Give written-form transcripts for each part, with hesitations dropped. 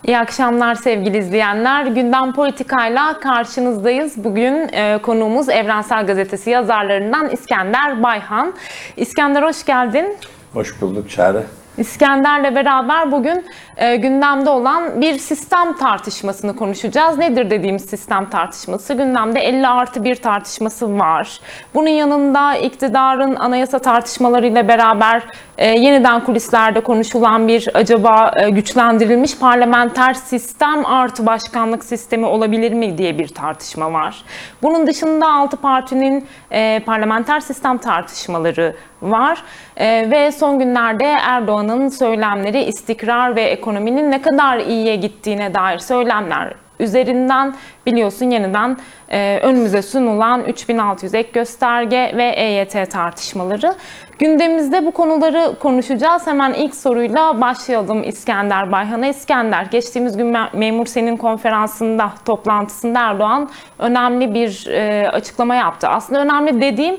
İyi akşamlar sevgili izleyenler. Gündem Politika'yla karşınızdayız. Bugün konuğumuz Evrensel Gazetesi yazarlarından İskender Bayhan. İskender hoş geldin. Hoş bulduk Çağrı. İskender'le beraber bugün gündemde olan bir sistem tartışmasını konuşacağız. Nedir dediğimiz sistem tartışması? Gündemde 50+1 tartışması var. Bunun yanında iktidarın anayasa tartışmalarıyla beraber yeniden kulislerde konuşulan bir acaba güçlendirilmiş parlamenter sistem artı başkanlık sistemi olabilir mi diye bir tartışma var. Bunun dışında 6 partinin parlamenter sistem tartışmaları var ve son günlerde Erdoğan'ın söylemleri istikrar ve ekonominin ne kadar iyiye gittiğine dair söylemler üzerinden biliyorsun yeniden önümüze sunulan 3600 ek gösterge ve EYT tartışmaları. Gündemimizde bu konuları konuşacağız. Hemen ilk soruyla başlayalım İskender Bayhan'a. İskender, geçtiğimiz gün Memur Sen'in konferansında, toplantısında Erdoğan önemli bir açıklama yaptı. Aslında önemli dediğim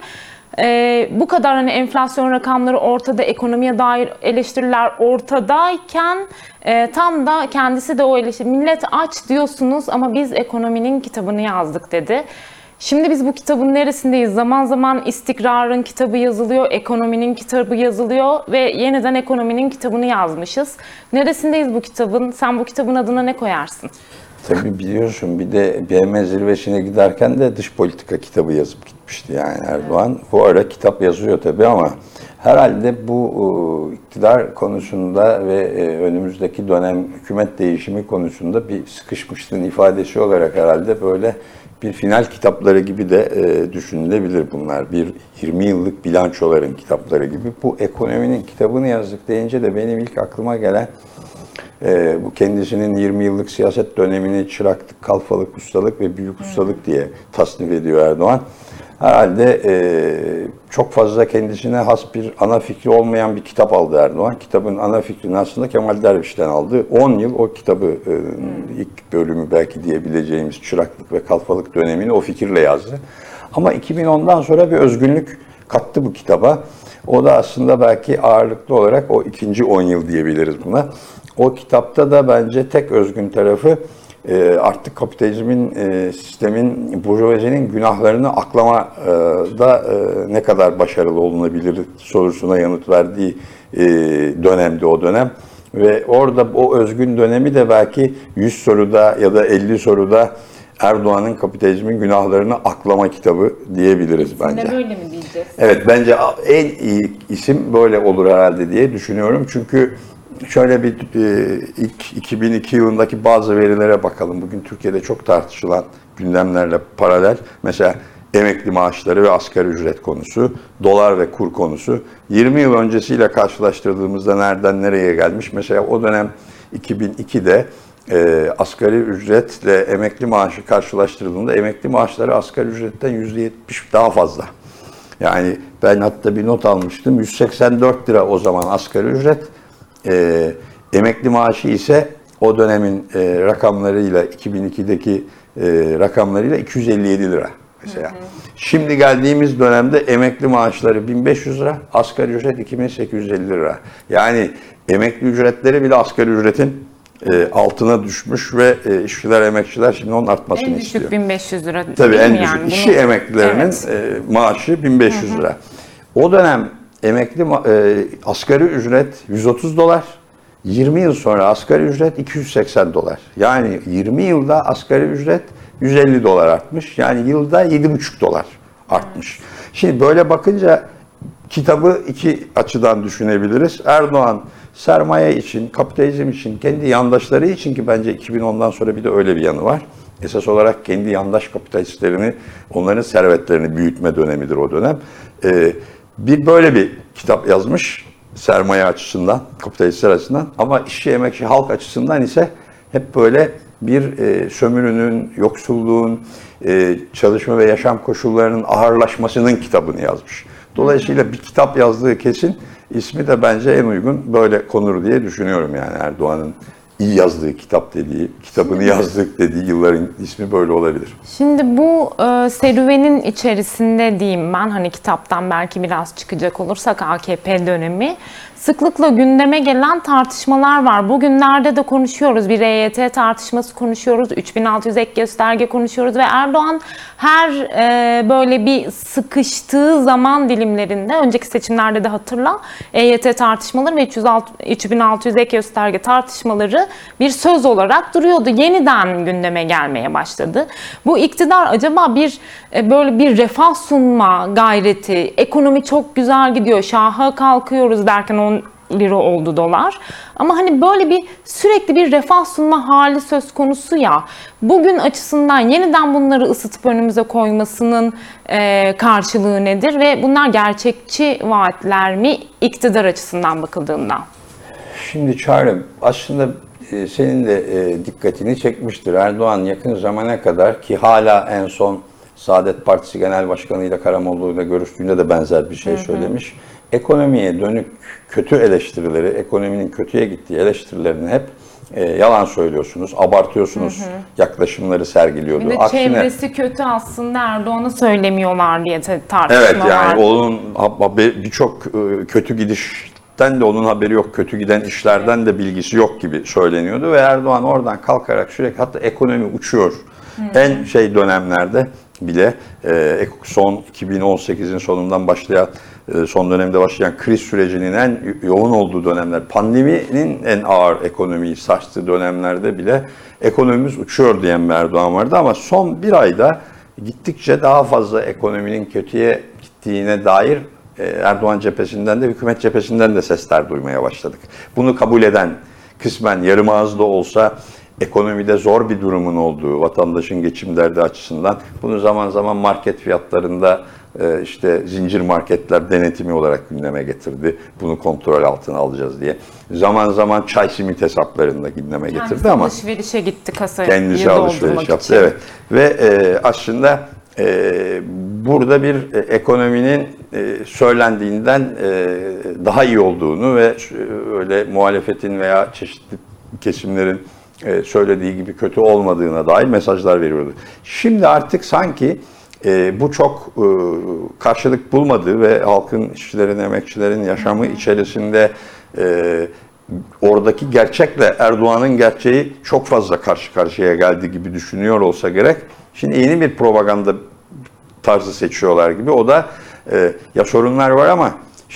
bu kadar hani enflasyon rakamları ortada, ekonomiye dair eleştiriler ortadayken tam da kendisi de o eleştiri, millet aç diyorsunuz ama biz ekonominin kitabını yazdık dedi. Şimdi biz bu kitabın neresindeyiz? Zaman zaman istikrarın kitabı yazılıyor, ekonominin kitabı yazılıyor ve yeniden ekonominin kitabını yazmışız. Neresindeyiz bu kitabın? Sen bu kitabın adına ne koyarsın? Tabii biliyorsun, bir de BM zirvesine giderken de dış politika kitabı yazıp gitmişti yani Erdoğan. Bu ara kitap yazıyor tabii ama herhalde bu iktidar konusunda ve önümüzdeki dönem hükümet değişimi konusunda bir sıkışmışlığın ifadesi olarak herhalde böyle bir final kitapları gibi de düşünülebilir bunlar. Bir 20 yıllık bilançoların kitapları gibi. Bu ekonominin kitabını yazdık deyince de benim ilk aklıma gelen bu kendisinin 20 yıllık siyaset dönemini çıraklık, kalfalık, ustalık ve büyük ustalık diye tasnif ediyor Erdoğan. Herhalde çok fazla kendisine has bir ana fikri olmayan bir kitap aldı Erdoğan. Kitabın ana fikrini aslında Kemal Derviş'ten aldı. 10 yıl o kitabı, ilk bölümü belki diyebileceğimiz çıraklık ve kalfalık dönemini o fikirle yazdı. Ama 2010'dan sonra bir özgünlük kattı bu kitaba. O da aslında belki ağırlıklı olarak o ikinci 10 yıl diyebiliriz buna. O kitapta da bence tek özgün tarafı artık kapitalizmin, sistemin, burjuvazinin günahlarını aklamada ne kadar başarılı olunabilir sorusuna yanıt verdiği dönemdi o dönem. Ve orada o özgün dönemi de belki 100 soruda ya da 50 soruda Erdoğan'ın kapitalizmin günahlarını aklama kitabı diyebiliriz bence. Yine böyle mi diyeceğiz? Evet, bence en iyi isim böyle olur herhalde diye düşünüyorum. Çünkü şöyle bir ilk 2002 yılındaki bazı verilere bakalım. Bugün Türkiye'de çok tartışılan gündemlerle paralel. Mesela emekli maaşları ve asgari ücret konusu, dolar ve kur konusu. 20 yıl öncesiyle karşılaştırdığımızda nereden nereye gelmiş? Mesela o dönem 2002'de asgari ücretle emekli maaşı karşılaştırıldığında emekli maaşları asgari ücretten %70 daha fazla. Yani ben hatta bir not almıştım. 184 lira o zaman asgari ücret. Emekli maaşı ise o dönemin rakamlarıyla 2002'deki rakamlarıyla 257 lira mesela. Şimdi geldiğimiz dönemde emekli maaşları 1500 lira, asgari ücret 2850 lira. Yani emekli ücretleri bile asgari ücretin altına düşmüş ve işçiler, emekçiler şimdi onun artmasını istiyor. En düşük 1500 lira. Tabii en düşük. Yani İşçi emeklilerinin maaşı 1500 lira. O dönem asgari ücret 130 dolar. 20 yıl sonra asgari ücret 280 dolar. Yani 20 yılda asgari ücret 150 dolar artmış. Yani yılda 7,5 dolar artmış. Şimdi böyle bakınca kitabı iki açıdan düşünebiliriz. Erdoğan sermaye için, kapitalizm için, kendi yandaşları için, ki bence 2010'dan sonra bir de öyle bir yanı var. Esas olarak kendi yandaş kapitalistlerini, onların servetlerini büyütme dönemidir o dönem. Böyle bir kitap yazmış sermaye açısından, kapitalistler açısından, ama işçi, emekçi, halk açısından ise hep böyle bir sömürünün, yoksulluğun, çalışma ve yaşam koşullarının ağırlaşmasının kitabını yazmış. Dolayısıyla bir kitap yazdığı kesin, ismi de bence en uygun böyle konur diye düşünüyorum yani Erdoğan'ın iyi yazdığı kitap dediği, kitabını yazdık dediği yılların ismi böyle olabilir. Şimdi bu serüvenin içerisinde diyeyim ben, hani kitaptan belki biraz çıkacak olursak AKP dönemi, sıklıkla gündeme gelen tartışmalar var. Bugünlerde de konuşuyoruz. Bir EYT tartışması konuşuyoruz. 3600 ek gösterge konuşuyoruz ve Erdoğan her böyle bir sıkıştığı zaman dilimlerinde, önceki seçimlerde de hatırla, EYT tartışmaları ve 3600 ek gösterge tartışmaları bir söz olarak duruyordu. Yeniden gündeme gelmeye başladı. Bu iktidar acaba böyle bir refah sunma gayreti, ekonomi çok güzel gidiyor, şaha kalkıyoruz derken 10 lira oldu dolar. Ama hani böyle sürekli bir refah sunma hali söz konusu ya. Bugün açısından yeniden bunları ısıtıp önümüze koymasının karşılığı nedir? Ve bunlar gerçekçi vaatler mi iktidar açısından bakıldığında? Şimdi Çağrı, aslında senin de dikkatini çekmiştir. Erdoğan yakın zamana kadar, ki hala en son Saadet Partisi Genel Başkanı ile Karamollaoğlu'yla görüştüğünde de benzer bir şey söylemiş. Ekonomiye dönük kötü eleştirileri, ekonominin kötüye gittiği eleştirilerini hep yalan söylüyorsunuz, abartıyorsunuz yaklaşımları sergiliyordu. Bir de çevresi kötü aslında, Erdoğan'a söylemiyorlar diye tartışma evet, yani var. onun birçok kötü gidişten de onun haberi yok, kötü giden işlerden de bilgisi yok gibi söyleniyordu ve Erdoğan oradan kalkarak sürekli, hatta ekonomi uçuyor. En dönemlerde bile son 2018'in sonundan başlayan, son dönemde başlayan kriz sürecinin en yoğun olduğu dönemler, pandeminin en ağır ekonomiyi sarstığı dönemlerde bile ekonomimiz uçuyor diyen bir Erdoğan vardı ama son bir ayda gittikçe daha fazla ekonominin kötüye gittiğine dair Erdoğan cephesinden de hükümet cephesinden de sesler duymaya başladık. Bunu kabul eden, kısmen yarım ağız da olsa ekonomide zor bir durumun olduğu, vatandaşın geçim derdi açısından bunu zaman zaman market fiyatlarında zincir marketler denetimi olarak gündeme getirdi. Bunu kontrol altına alacağız diye. Zaman zaman çay simit hesaplarında gündeme getirdi ama alışverişe gitti, kasayı kendisi alışveriş yaptı. Evet. Ve aslında burada bir ekonominin söylendiğinden daha iyi olduğunu ve öyle muhalefetin veya çeşitli kesimlerin söylediği gibi kötü olmadığına dair mesajlar veriyordu. Şimdi artık sanki bu çok karşılık bulmadığı ve halkın, işçilerin, emekçilerin yaşamı içerisinde oradaki gerçekle Erdoğan'ın gerçeği çok fazla karşı karşıya geldi gibi düşünüyor olsa gerek. Şimdi yeni bir propaganda tarzı seçiyorlar gibi. O da ya sorunlar var ama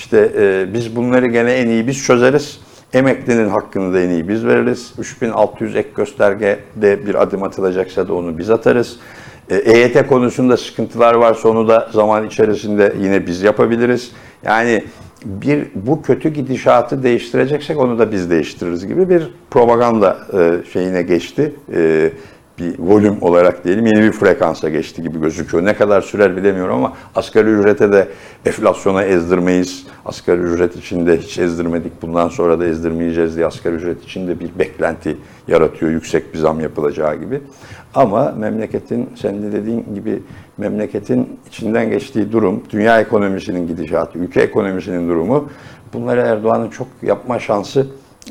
biz bunları gene en iyi biz çözeriz. Emeklinin hakkını da en iyi biz veririz. 3600 ek göstergede bir adım atılacaksa da onu biz atarız. EYT konusunda sıkıntılar varsa onu da zaman içerisinde yine biz yapabiliriz. Yani bu kötü gidişatı değiştireceksek onu da biz değiştiririz gibi bir propaganda şeyine geçti. Bir volüm olarak diyelim, yeni bir frekansa geçti gibi gözüküyor. Ne kadar sürer bilemiyorum ama asgari ücrete de enflasyona ezdirmeyiz. Asgari ücret içinde hiç ezdirmedik, bundan sonra da ezdirmeyeceğiz diye asgari ücret içinde bir beklenti yaratıyor. Yüksek bir zam yapılacağı gibi. Ama memleketin, senin de dediğin gibi memleketin içinden geçtiği durum, dünya ekonomisinin gidişatı, ülke ekonomisinin durumu, bunları Erdoğan'ın çok yapma şansı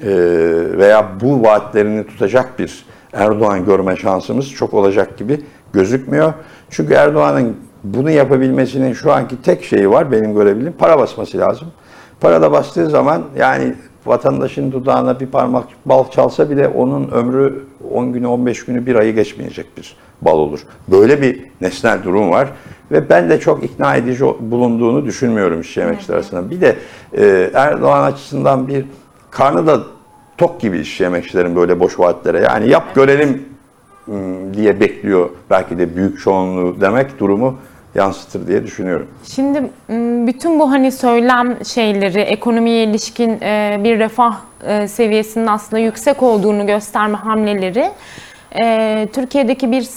veya bu vaatlerini tutacak bir Erdoğan görme şansımız çok olacak gibi gözükmüyor. Çünkü Erdoğan'ın bunu yapabilmesinin şu anki tek şeyi var benim görebildiğim, para basması lazım. Para da bastığı zaman yani vatandaşın dudağına bir parmak bal çalsa bile onun ömrü 10 günü, 15 günü, bir ayı geçmeyecek bir bal olur. Böyle bir nesnel durum var ve ben de çok ikna edici bulunduğunu düşünmüyorum işçi emekçiler arasında. Bir de Erdoğan açısından bir karnı da tok gibi işçi emekçilerin böyle boş vaatlere, yani yap görelim diye bekliyor belki de büyük çoğunluğu demek durumu yansıtır diye düşünüyorum. Şimdi bütün bu söylem şeyleri, ekonomiye ilişkin bir refah seviyesinin aslında yüksek olduğunu gösterme hamleleri Türkiye'deki bir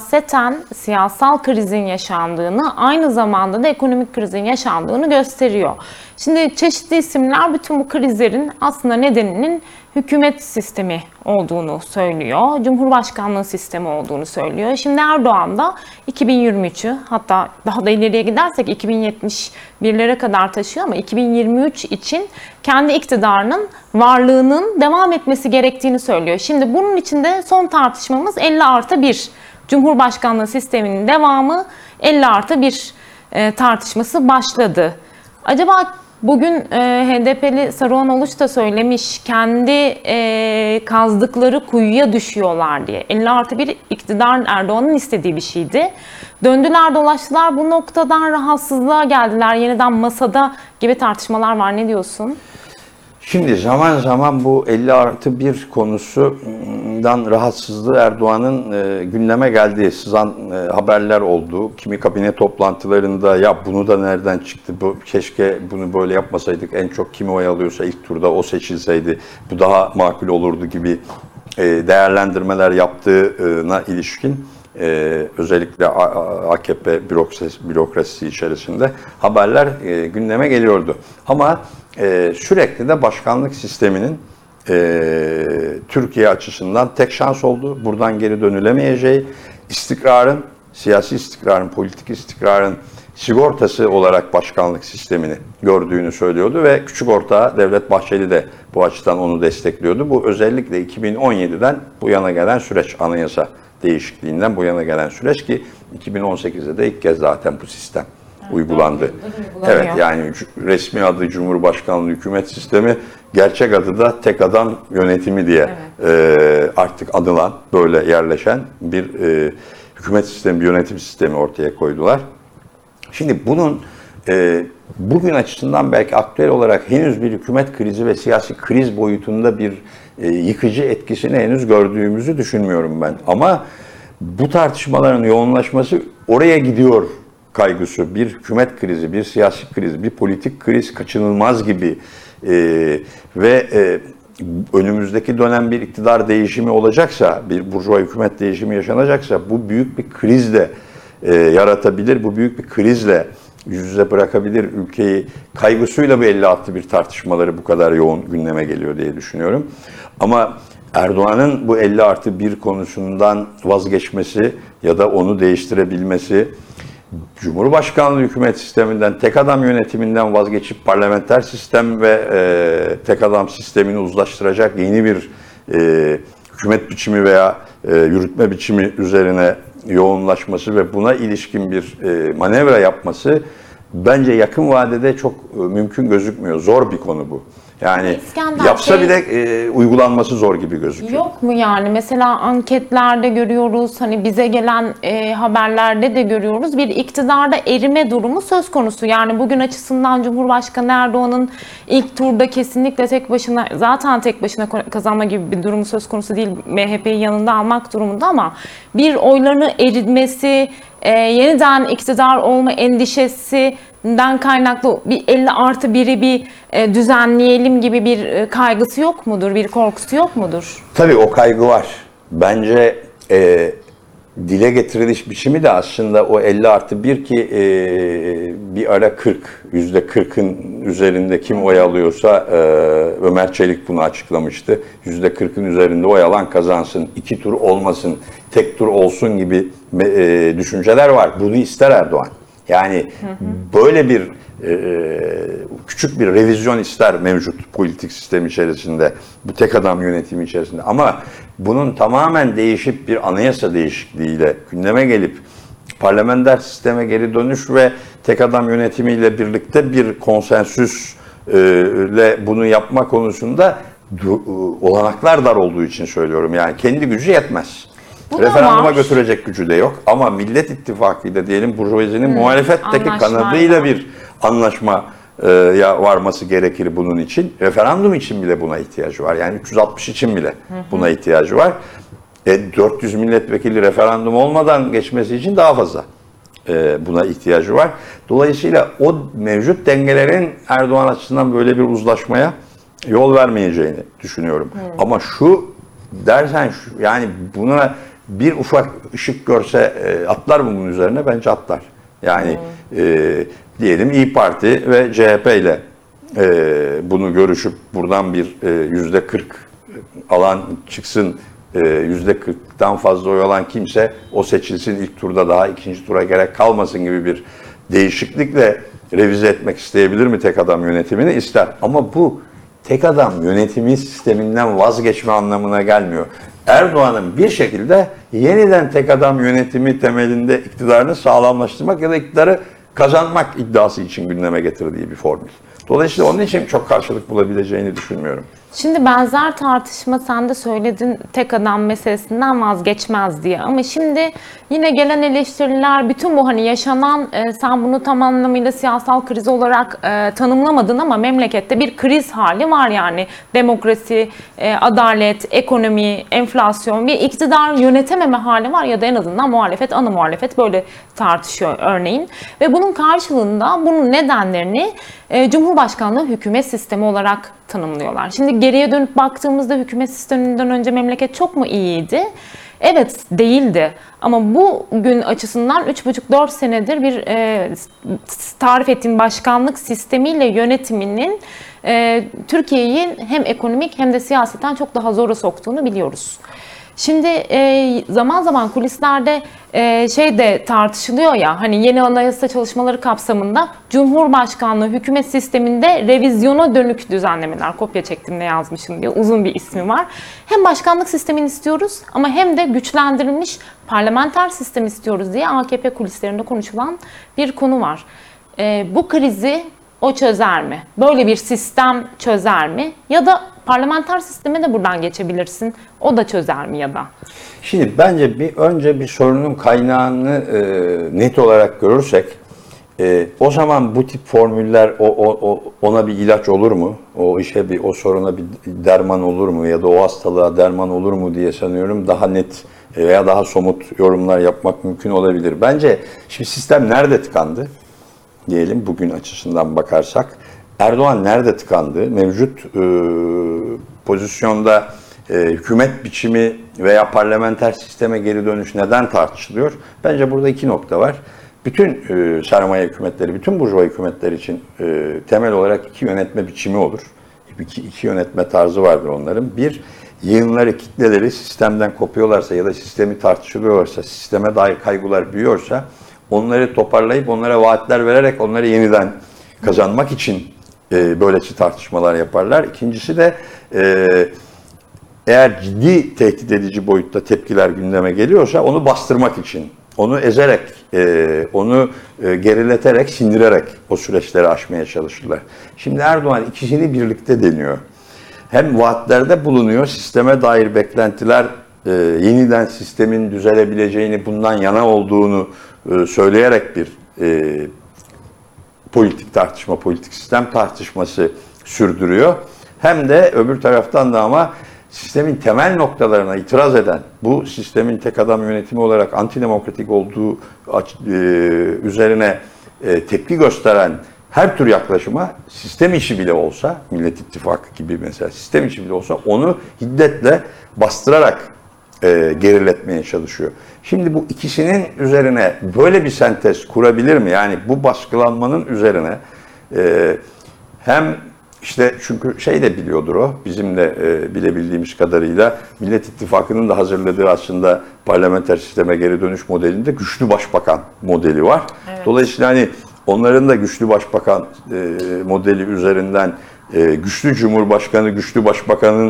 siyasal krizin yaşandığını, aynı zamanda da ekonomik krizin yaşandığını gösteriyor. Şimdi çeşitli isimler bütün bu krizlerin aslında nedeninin hükümet sistemi olduğunu söylüyor. Cumhurbaşkanlığı sistemi olduğunu söylüyor. Şimdi Erdoğan da 2023'ü, hatta daha da ileriye gidersek 2071'lere kadar taşıyor ama 2023 için kendi iktidarının varlığının devam etmesi gerektiğini söylüyor. Şimdi bunun içinde son tartışmamız 50+1. Cumhurbaşkanlığı sisteminin devamı 50+1 tartışması başladı. Acaba Bugün HDP'li Saruhan Oluç da söylemiş, kendi kazdıkları kuyuya düşüyorlar diye. 50+1 iktidar Erdoğan'ın istediği bir şeydi. Döndüler dolaştılar, bu noktadan rahatsızlığa geldiler. Yeniden masada gibi tartışmalar var. Ne diyorsun? Şimdi zaman zaman bu 50+1 konusundan rahatsızlığı Erdoğan'ın gündeme geldiği sızan haberler oldu. Kimi kabine toplantılarında ya bunu da nereden çıktı, keşke bunu böyle yapmasaydık, en çok kimi oy alıyorsa ilk turda o seçilseydi bu daha makul olurdu gibi değerlendirmeler yaptığına ilişkin özellikle AKP bürokrasisi içerisinde haberler gündeme geliyordu. Ama sürekli de başkanlık sisteminin Türkiye açısından tek şans olduğu, buradan geri dönülemeyeceği, istikrarın, siyasi istikrarın, politik istikrarın sigortası olarak başkanlık sistemini gördüğünü söylüyordu ve küçük ortağı Devlet Bahçeli de bu açıdan onu destekliyordu. Bu özellikle 2017'den bu yana gelen süreç, anayasa değişikliğinden bu yana gelen süreç ki 2018'de de ilk kez zaten bu sistem uygulandı. Evet, yani resmi adı Cumhurbaşkanlığı hükümet sistemi, gerçek adı da tek adam yönetimi diye artık anılan, böyle yerleşen bir hükümet sistemi, bir yönetim sistemi ortaya koydular. Şimdi bunun bugün açısından belki aktüel olarak henüz bir hükümet krizi ve siyasi kriz boyutunda bir yıkıcı etkisini henüz gördüğümüzü düşünmüyorum ben. Ama bu tartışmaların yoğunlaşması oraya gidiyor kaygısı, bir hükümet krizi, bir siyasi kriz, bir politik kriz kaçınılmaz gibi ve önümüzdeki dönem bir iktidar değişimi olacaksa, bir burjuva hükümet değişimi yaşanacaksa bu büyük bir kriz de yaratabilir, bu büyük bir krizle yüz yüze bırakabilir ülkeyi kaygısıyla bu 50+1 tartışmaları bu kadar yoğun gündeme geliyor diye düşünüyorum. Ama Erdoğan'ın bu 50+1 konusundan vazgeçmesi ya da onu değiştirebilmesi, Cumhurbaşkanlığı hükümet sisteminden, tek adam yönetiminden vazgeçip parlamenter sistem ve tek adam sistemini uzlaştıracak yeni bir hükümet biçimi veya yürütme biçimi üzerine yoğunlaşması ve buna ilişkin bir manevra yapması bence yakın vadede çok mümkün gözükmüyor. Zor bir konu bu. Yani İskender, yapsa bile uygulanması zor gibi gözüküyor. Yok mu yani? Mesela anketlerde görüyoruz, hani bize gelen haberlerde de görüyoruz. Bir iktidarda erime durumu söz konusu. Yani bugün açısından Cumhurbaşkanı Erdoğan'ın ilk turda kesinlikle tek başına, zaten tek başına kazanma gibi bir durumu söz konusu değil. MHP'yi yanında almak durumunda ama bir oylarını eritmesi, yeniden iktidar olma endişesinden kaynaklı bir 50+1'i bir düzenleyelim gibi bir kaygısı yok mudur? Bir korkusu yok mudur? Tabii o kaygı var. Bence dile getiriliş biçimi de aslında o 50+1 ki bir ara %40'ın üzerinde kim oy alıyorsa Ömer Çelik bunu açıklamıştı. %40'ın üzerinde oy alan kazansın, 2 tur olmasın, tek tur olsun gibi düşünceler var. Bunu ister Erdoğan. Yani böyle bir küçük bir revizyon ister mevcut politik sistem içerisinde, bu tek adam yönetimi içerisinde. Ama bunun tamamen değişip bir anayasa değişikliğiyle gündeme gelip parlamenter sisteme geri dönüş ve tek adam yönetimiyle birlikte bir konsensüsle bunu yapma konusunda olanaklar dar olduğu için söylüyorum. Yani kendi gücü yetmez. Referanduma götürecek gücü de yok. Ama Millet İttifakı'yla diyelim burjuvazinin muhalefetteki kanadıyla bir anlaşmaya varması gerekir bunun için. Referandum için bile buna ihtiyacı var. Yani 360 için bile buna ihtiyacı var. 400 milletvekili referandum olmadan geçmesi için daha fazla buna ihtiyacı var. Dolayısıyla o mevcut dengelerin Erdoğan açısından böyle bir uzlaşmaya yol vermeyeceğini düşünüyorum. Ama şu dersen yani buna bir ufak ışık görse atlar mı bunun üzerine? Bence atlar. Yani diyelim İYİ Parti ve CHP ile bunu görüşüp buradan bir %40 alan çıksın, %40'dan fazla oy alan kimse o seçilsin ilk turda, daha ikinci tura gerek kalmasın gibi bir değişiklikle revize etmek isteyebilir mi tek adam yönetimini? İster. Ama bu tek adam yönetimi sisteminden vazgeçme anlamına gelmiyor. Erdoğan'ın bir şekilde yeniden tek adam yönetimi temelinde iktidarını sağlamlaştırmak ya da iktidarı kazanmak iddiası için gündeme getirdiği bir formül. Dolayısıyla onun için çok karşılık bulabileceğini düşünmüyorum. Şimdi benzer tartışma sen de söyledin, tek adam meselesinden vazgeçmez diye. Ama şimdi yine gelen eleştiriler, bütün bu hani yaşanan, sen bunu tam anlamıyla siyasal kriz olarak tanımlamadın ama memlekette bir kriz hali var yani. Demokrasi, adalet, ekonomi, enflasyon, bir iktidar yönetememe hali var ya da en azından muhalefet, ana muhalefet böyle tartışıyor örneğin. Ve bunun karşılığında bunun nedenlerini Cumhurbaşkanlığı hükümet sistemi olarak tanımlıyorlar. Şimdi geriye dönüp baktığımızda hükümet sisteminden önce memleket çok mu iyiydi? Evet, değildi. Ama bugün açısından 3,5-4 senedir bir tarif ettiğim başkanlık sistemiyle yönetiminin Türkiye'yi hem ekonomik hem de siyaseten çok daha zora soktuğunu biliyoruz. Şimdi zaman zaman kulislerde şey de tartışılıyor ya, hani yeni anayasa çalışmaları kapsamında Cumhurbaşkanlığı hükümet sisteminde revizyona dönük düzenlemeler, kopya çektim ne yazmışım diye uzun bir ismi var. Hem başkanlık sistemini istiyoruz ama hem de güçlendirilmiş parlamenter sistem istiyoruz diye AKP kulislerinde konuşulan bir konu var. Bu krizi o çözer mi? Böyle bir sistem çözer mi? Ya da parlamenter sisteme de buradan geçebilirsin. O da çözer mi ya da? Şimdi bence önce bir sorunun kaynağını net olarak görürsek, o zaman bu tip formüller ona bir ilaç olur mu? O soruna bir derman olur mu? Ya da o hastalığa derman olur mu diye sanıyorum daha net veya daha somut yorumlar yapmak mümkün olabilir. Bence şimdi sistem nerede tıkandı? Diyelim bugün açısından bakarsak. Erdoğan nerede tıkandı? Mevcut pozisyonda hükümet biçimi veya parlamenter sisteme geri dönüş neden tartışılıyor? Bence burada iki nokta var. Bütün sermaye hükümetleri, bütün burjuva hükümetler için temel olarak iki yönetme biçimi olur. İki yönetme tarzı vardır onların. Bir, yığınları, kitleleri sistemden kopuyorlarsa ya da sistemi tartışılıyorsa, sisteme dair kaygılar büyüyorsa onları toparlayıp onlara vaatler vererek onları yeniden kazanmak için böylesi tartışmalar yaparlar. İkincisi de eğer ciddi tehdit edici boyutta tepkiler gündeme geliyorsa onu bastırmak için, onu ezerek, onu gerileterek, sindirerek o süreçleri aşmaya çalışırlar. Şimdi Erdoğan ikisini birlikte deniyor. Hem vaatlerde bulunuyor, sisteme dair beklentiler, yeniden sistemin düzelebileceğini, bundan yana olduğunu söyleyerek bir politik tartışma, politik sistem tartışması sürdürüyor. Hem de öbür taraftan da ama sistemin temel noktalarına itiraz eden, bu sistemin tek adam yönetimi olarak antidemokratik olduğu üzerine tepki gösteren her tür yaklaşıma sistem işi bile olsa, Millet İttifakı gibi mesela sistem işi bile olsa onu hiddetle bastırarak geriletmeye çalışıyor. Şimdi bu ikisinin üzerine böyle bir sentez kurabilir mi? Yani bu baskılanmanın üzerine hem işte çünkü şey de biliyordur o, bizim de bilebildiğimiz kadarıyla Millet İttifakı'nın da hazırladığı aslında parlamenter sisteme geri dönüş modelinde güçlü başbakan modeli var. Evet. Dolayısıyla hani onların da güçlü başbakan modeli üzerinden güçlü cumhurbaşkanı, güçlü başbakanın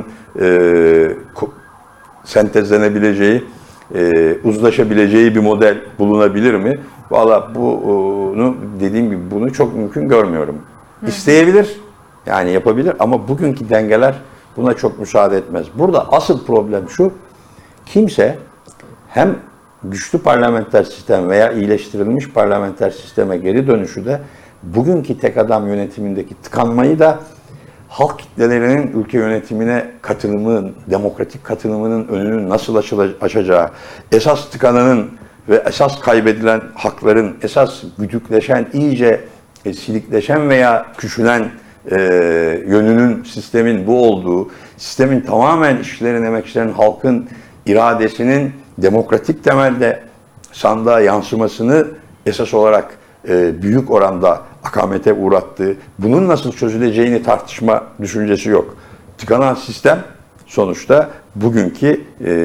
sentezlenebileceği, uzlaşabileceği bir model bulunabilir mi? Valla bunu dediğim gibi bunu çok mümkün görmüyorum. İsteyebilir, yani yapabilir ama bugünkü dengeler buna çok müsaade etmez. Burada asıl problem şu, kimse hem güçlü parlamenter sistem veya iyileştirilmiş parlamenter sisteme geri dönüşü de bugünkü tek adam yönetimindeki tıkanmayı da halk kitlelerinin ülke yönetimine katılımının, demokratik katılımının önünün nasıl açacağı, esas tıkananın ve esas kaybedilen hakların, esas güdükleşen, iyice silikleşen veya küçülen yönünün sistemin bu olduğu, sistemin tamamen işçilerin, emekçilerin, halkın iradesinin demokratik temelde sandığa yansımasını esas olarak büyük oranda akamete uğrattığı, bunun nasıl çözüleceğini tartışma düşüncesi yok. Tıkanan sistem sonuçta bugünkü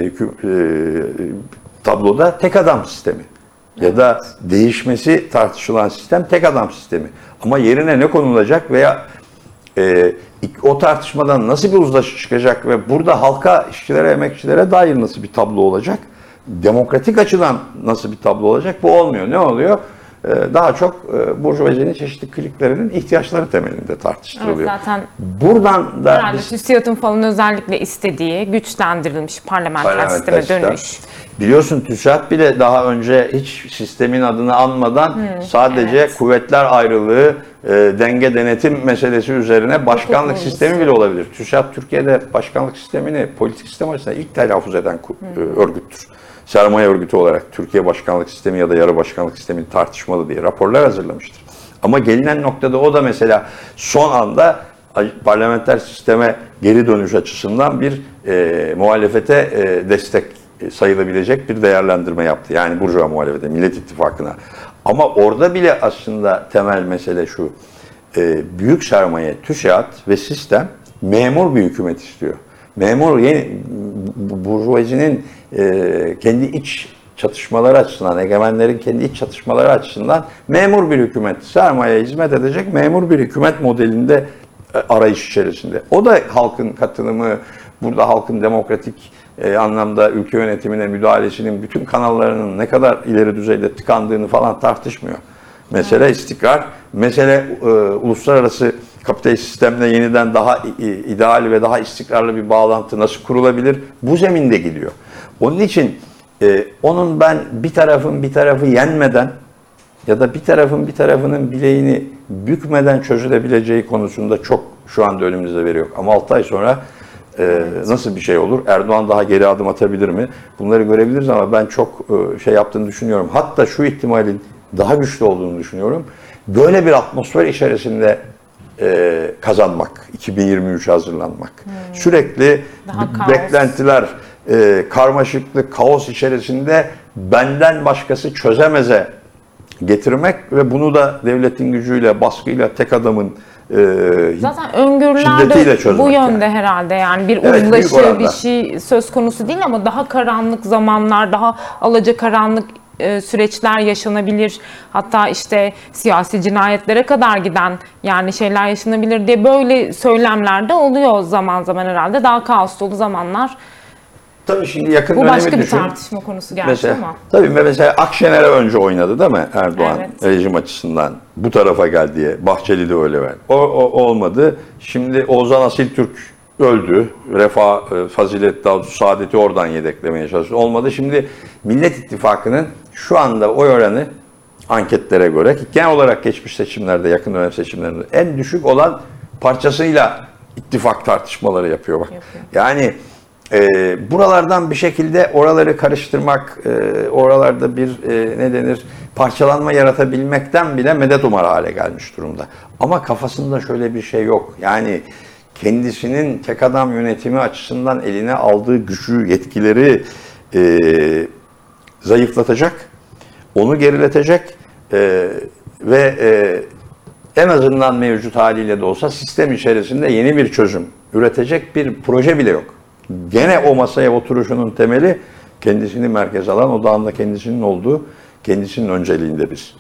tabloda tek adam sistemi. Ya da değişmesi tartışılan sistem tek adam sistemi. Ama yerine ne konulacak veya o tartışmadan nasıl bir uzlaşı çıkacak ve burada halka, işçilere, emekçilere dair nasıl bir tablo olacak? Demokratik açıdan nasıl bir tablo olacak? Bu olmuyor. Ne oluyor? daha çok burjuvazinin çeşitli kliklerinin ihtiyaçları temelinde tartıştırılıyor. Evet, zaten buradan da herhalde TÜSİAD'ın falan özellikle istediği güçlendirilmiş parlamenter sisteme dönüş. Biliyorsun TÜSİAD bile daha önce hiç sistemin adını anmadan sadece kuvvetler ayrılığı, denge denetim meselesi üzerine başkanlık sistemi bile olabilir. TÜSİAD Türkiye'de başkanlık sistemini politik sistem açısından ilk telaffuz eden örgüttür. Sermaye örgütü olarak Türkiye başkanlık sistemi ya da yarı başkanlık sistemini tartışmalı diye raporlar hazırlamıştır. Ama gelinen noktada o da mesela son anda parlamenter sisteme geri dönüş açısından bir muhalefete destek sayılabilecek bir değerlendirme yaptı. Yani Burjuva muhalefete, Millet İttifakı'na. Ama orada bile aslında temel mesele şu. Büyük sermaye, TÜSİAD ve sistem memur bir hükümet istiyor. Memur, burjuvazinin kendi iç çatışmaları açısından, egemenlerin kendi iç çatışmaları açısından memur bir hükümet, sermayeye hizmet edecek memur bir hükümet modelinde arayış içerisinde. O da halkın katılımı, burada halkın demokratik anlamda ülke yönetimine müdahalesinin bütün kanallarının ne kadar ileri düzeyde tıkandığını falan tartışmıyor. Mesele istikrar, mesele uluslararası kapitalist sistemle yeniden daha ideal ve daha istikrarlı bir bağlantı nasıl kurulabilir? Bu zeminde gidiyor. Onun için onun ben bir tarafı yenmeden ya da bir tarafının bileğini bükmeden çözülebileceği konusunda çok şu anda önümüzde veri yok. Ama 6 ay sonra nasıl bir şey olur? Erdoğan daha geri adım atabilir mi? Bunları görebiliriz ama ben çok şey yaptığını düşünüyorum. Hatta şu ihtimalin daha güçlü olduğunu düşünüyorum. Böyle bir atmosfer içerisinde kazanmak, 2023 hazırlanmak. Sürekli beklentiler, karmaşıklık, kaos içerisinde benden başkası çözemeze getirmek ve bunu da devletin gücüyle, baskıyla, tek adamın zaten öngörülerde bu yönde yani. Herhalde yani bir uzlaşı bir şey söz konusu değil ama daha karanlık zamanlar, daha alacakaranlık süreçler yaşanabilir. Hatta işte siyasi cinayetlere kadar giden yani şeyler yaşanabilir diye böyle söylemler de oluyor zaman zaman herhalde. Daha kaos dolu zamanlar. Tabii şimdi yakın bu dönemi başka bir düşün. tartışma konusu gerçi mesela, ama. Tabii mesela Akşener'e önce oynadı değil mi Erdoğan rejim açısından? Bu tarafa gel diye. Bahçeli de öyle ver. O olmadı. Şimdi Oğuzhan Asiltürk öldü. Refah, fazilet, daha doğrusu saadeti oradan yedeklemeye çalıştı. Olmadı. Şimdi Millet İttifakı'nın şu anda oy oranı anketlere göre genel olarak geçmiş seçimlerde, yakın dönem seçimlerinde en düşük olan parçasıyla ittifak tartışmaları yapıyor bak. Yani buralardan bir şekilde oraları karıştırmak, oralarda bir ne denir parçalanma yaratabilmekten bile medet umar hale gelmiş durumda. Ama kafasında şöyle bir şey yok. Yani kendisinin tek adam yönetimi açısından eline aldığı gücü, yetkileri zayıflatacak, onu geriletecek ve en azından mevcut haliyle de olsa sistem içerisinde yeni bir çözüm üretecek bir proje bile yok. Gene o masaya oturuşunun temeli kendisini merkeze alan, odağında kendisinin olduğu, kendisinin önceliğinde bir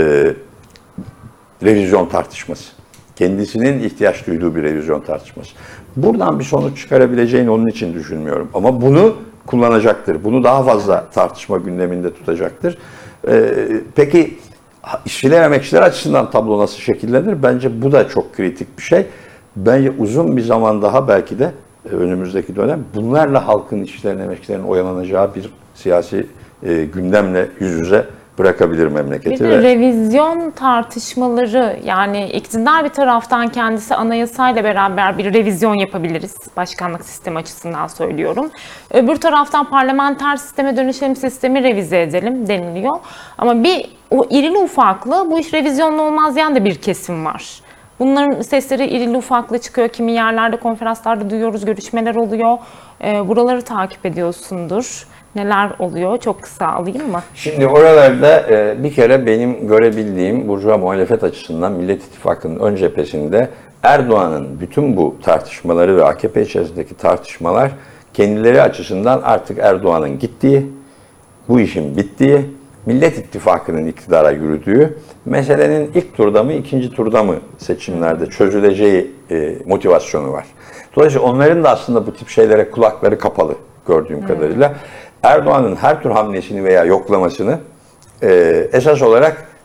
revizyon tartışması. Kendisinin ihtiyaç duyduğu bir revizyon tartışması. Buradan bir sonuç çıkarabileceğini onun için düşünmüyorum. Ama bunu kullanacaktır. Bunu daha fazla tartışma gündeminde tutacaktır. Peki işçiler, emekçiler açısından tablo nasıl şekillenir? Bence bu da çok kritik bir şey. Bence uzun bir zaman daha belki de önümüzdeki dönem bunlarla halkın, işçilerin, emekçilerin oyalanacağı bir siyasi gündemle yüz yüze bırakabilir memleketi. Bir de revizyon tartışmaları yani iktidar bir taraftan kendisi anayasayla beraber bir revizyon yapabiliriz. Başkanlık sistemi açısından söylüyorum. Öbür taraftan parlamenter sisteme dönüşelim, sistemi revize edelim deniliyor. Ama o irili ufaklı bu iş revizyonlu olmaz diyen de bir kesim var. Bunların sesleri irili ufaklı çıkıyor. Kimi yerlerde, konferanslarda duyuyoruz, görüşmeler oluyor. Buraları takip ediyorsundur. Neler oluyor? Çok kısa alayım mı? Şimdi oralarda bir kere benim görebildiğim Burjuva muhalefet açısından Millet İttifakı'nın ön cephesinde Erdoğan'ın bütün bu tartışmaları ve AKP içerisindeki tartışmalar kendileri açısından artık Erdoğan'ın gittiği, bu işin bittiği, Millet İttifakı'nın iktidara yürüdüğü, meselenin ilk turda mı, ikinci turda mı seçimlerde çözüleceği motivasyonu var. Dolayısıyla onların da aslında bu tip şeylere kulakları kapalı gördüğüm kadarıyla. Erdoğan'ın her tür hamlesini veya yoklamasını esas olarak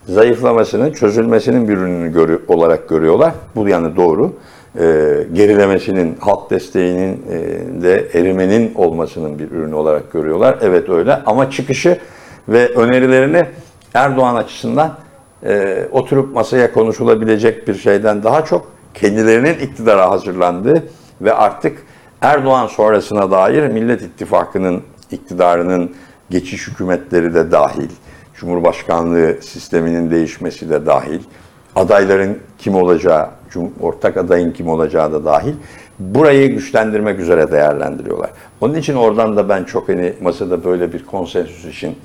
zayıflamasının, çözülmesinin bir ürünü olarak görüyorlar. Bu yani doğru. Gerilemesinin, halk desteğinin de erimenin olmasının bir ürünü olarak görüyorlar. Evet öyle, ama çıkışı ve önerilerini Erdoğan açısından oturup masaya konuşulabilecek bir şeyden daha çok kendilerinin iktidara hazırlandığı ve artık Erdoğan sonrasına dair Millet İttifakı'nın iktidarının geçiş hükümetleri de dahil, Cumhurbaşkanlığı sisteminin değişmesi de dahil, adayların kim olacağı, ortak adayın kim olacağı da dahil, burayı güçlendirmek üzere değerlendiriyorlar. Onun için oradan da ben çok masada böyle bir konsensüs için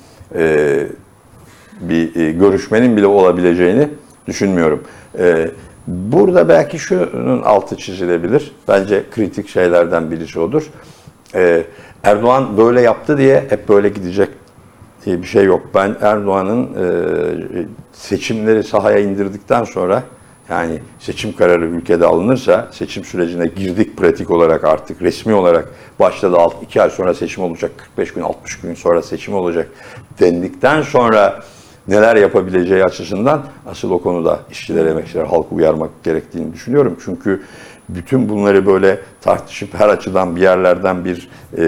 bir görüşmenin bile olabileceğini düşünmüyorum. Burada belki şunun altı çizilebilir. Bence kritik şeylerden birisi odur. Erdoğan böyle yaptı diye hep böyle gidecek diye bir şey yok. Ben Erdoğan'ın seçimleri sahaya indirdikten sonra, yani seçim kararı ülkede alınırsa, seçim sürecine girdik pratik olarak, artık resmi olarak başladı, 2 ay sonra seçim olacak, 45 gün 60 gün sonra seçim olacak dendikten sonra neler yapabileceği açısından asıl o konuda işçiler, emekçiler, halkı uyarmak gerektiğini düşünüyorum. Çünkü bütün bunları böyle tartışıp her açıdan bir yerlerden bir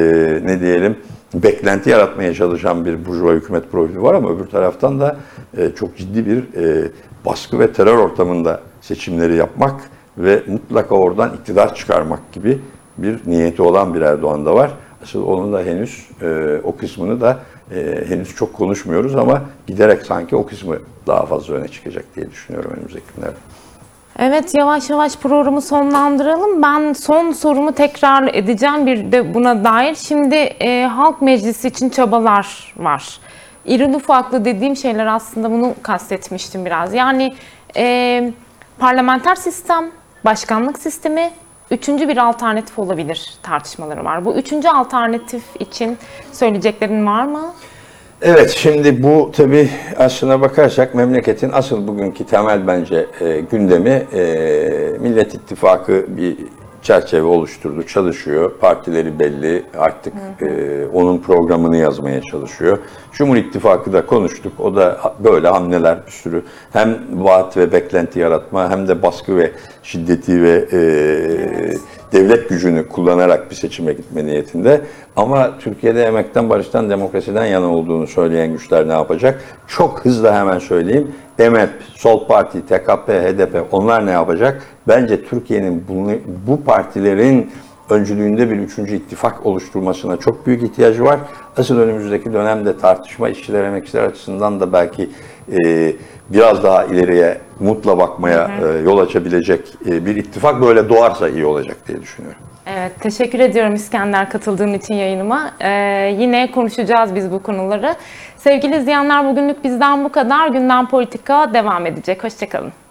beklenti yaratmaya çalışan bir burjuva hükümet profili var, ama öbür taraftan da çok ciddi bir baskı ve terör ortamında seçimleri yapmak ve mutlaka oradan iktidar çıkarmak gibi bir niyeti olan bir Erdoğan da var. Asıl onun da henüz o kısmını da henüz çok konuşmuyoruz, ama giderek sanki o kısmı daha fazla öne çıkacak diye düşünüyorum önümüzdeki günlerde. Evet, yavaş yavaş programı sonlandıralım. Ben son sorumu tekrar edeceğim bir de buna dair. Şimdi Halk Meclisi için çabalar var. İrili ufaklı dediğim şeyler aslında bunu kastetmiştim biraz. Yani parlamenter sistem, başkanlık sistemi, üçüncü bir alternatif olabilir tartışmaları var. Bu üçüncü alternatif için söyleyeceklerin var mı? Evet, şimdi bu tabii aslına bakarsak memleketin asıl bugünkü temel bence gündemi, Millet İttifakı bir çerçeve oluşturdu, çalışıyor. Partileri belli, artık onun programını yazmaya çalışıyor. Cumhur İttifakı da konuştuk, o da böyle hamleler, bir sürü hem vaat ve beklenti yaratma, hem de baskı ve şiddeti ve devlet gücünü kullanarak bir seçime gitme niyetinde. Ama Türkiye'de emekten, barıştan, demokrasiden yana olduğunu söyleyen güçler ne yapacak? Çok hızlı hemen söyleyeyim. MHP, Sol Parti, TKP, HDP, onlar ne yapacak? Bence Türkiye'nin bu partilerin öncülüğünde bir üçüncü ittifak oluşturmasına çok büyük ihtiyacı var. Asıl önümüzdeki dönemde tartışma, işçiler, emekçiler açısından da belki biraz daha ileriye umutla bakmaya yol açabilecek bir ittifak böyle doğarsa iyi olacak diye düşünüyorum. Evet, teşekkür ediyorum İskender katıldığın için yayınıma. Yine konuşacağız biz bu konuları. Sevgili izleyenler, bugünlük bizden bu kadar. Gündem Politika devam edecek. Hoşçakalın.